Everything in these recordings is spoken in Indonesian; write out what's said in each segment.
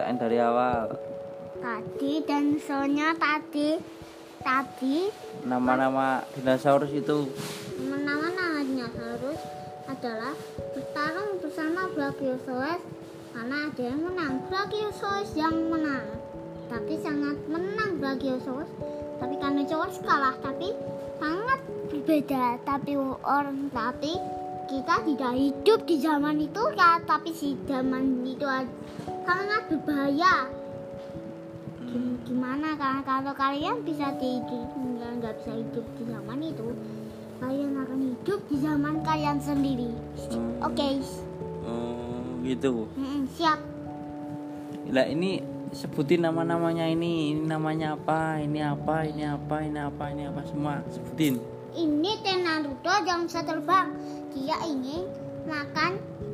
ceritain dari awal. Tadi dinosaurnya tadi Nama-nama dinosaurus itu. nama-nama dinosaurus adalah bertarung bersama Brachiosaurus karena ada yang menang. Brachiosaurus yang menang, tapi sangat menang Brachiosaurus. Tapi Carnosaurus kalah, tapi sangat berbeda. Tapi kita tidak hidup di zaman itu ya, tapi si zaman itu sangat berbahaya. Gimana kalau kalian bisa nggak bisa hidup di zaman itu, kalian akan hidup di zaman kalian sendiri. Oke. Gitu. Siap. Lah ini sebutin nama-namanya ini namanya apa, ini apa, ini apa, ini apa, ini apa, semua sebutin. Ini Naruto yang bisa terbang. Dia ingin makan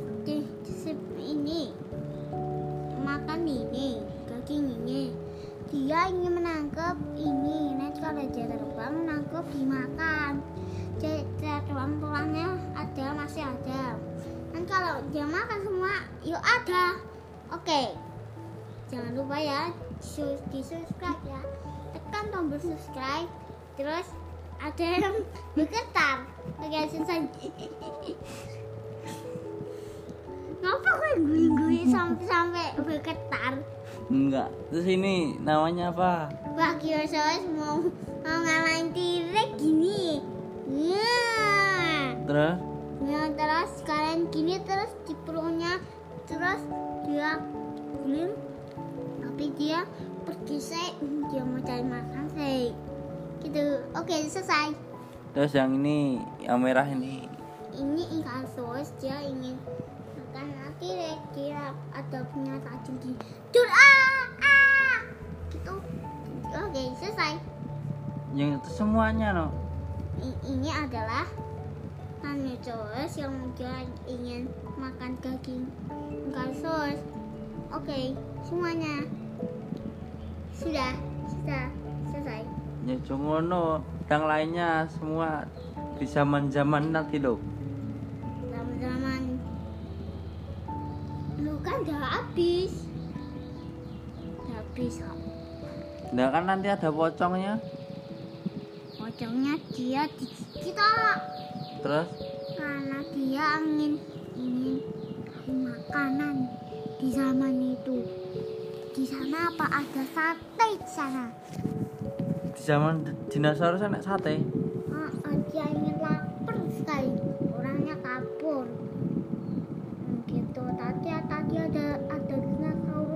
ini daging ini. Dia ingin menangkap ini. Nanti kalau dia terbang menangkap dimakan. Tulang-tulangnya masih ada. Dan kalau dia makan semua, yuk ada. Oke. Jangan lupa ya di subscribe ya. Tekan tombol subscribe. Terus ada yang bergetar. Oke, selesai. Ngapa kok guling-guling sampai bergetar? Enggak. Terus ini namanya apa? Brachiosaurus mau ngalahin T-Rex gini. Terus? Ya, terus kalian gini terus di perutnya, terus dia guling. Tapi dia pergi dia mau cari makan gitu. Oke, selesai. Terus yang ini, yang merah ini. Ini Inkasaurus, dia ingin makan T-Rex. Dia ada punya tajam di gitu. Oke, selesai. Yang itu semuanya no. Ini adalah Carnosaurus yang dia ingin makan daging Inkasaurus. Oke, semuanya sudah selesai. Ya jongono, yang lainnya semua di zaman nanti loh. Zaman lu kan udah habis kok. Nah kan nanti ada pocongnya. Pocongnya dia di kita. Terus? Karena dia ingin makanan di zaman itu. Di sana apa ada sate di sana? Di zaman dinosaurus enak sate. Dia ingin lapar sekali. Orangnya kabur. Gitu. Tadi ada dinosaurus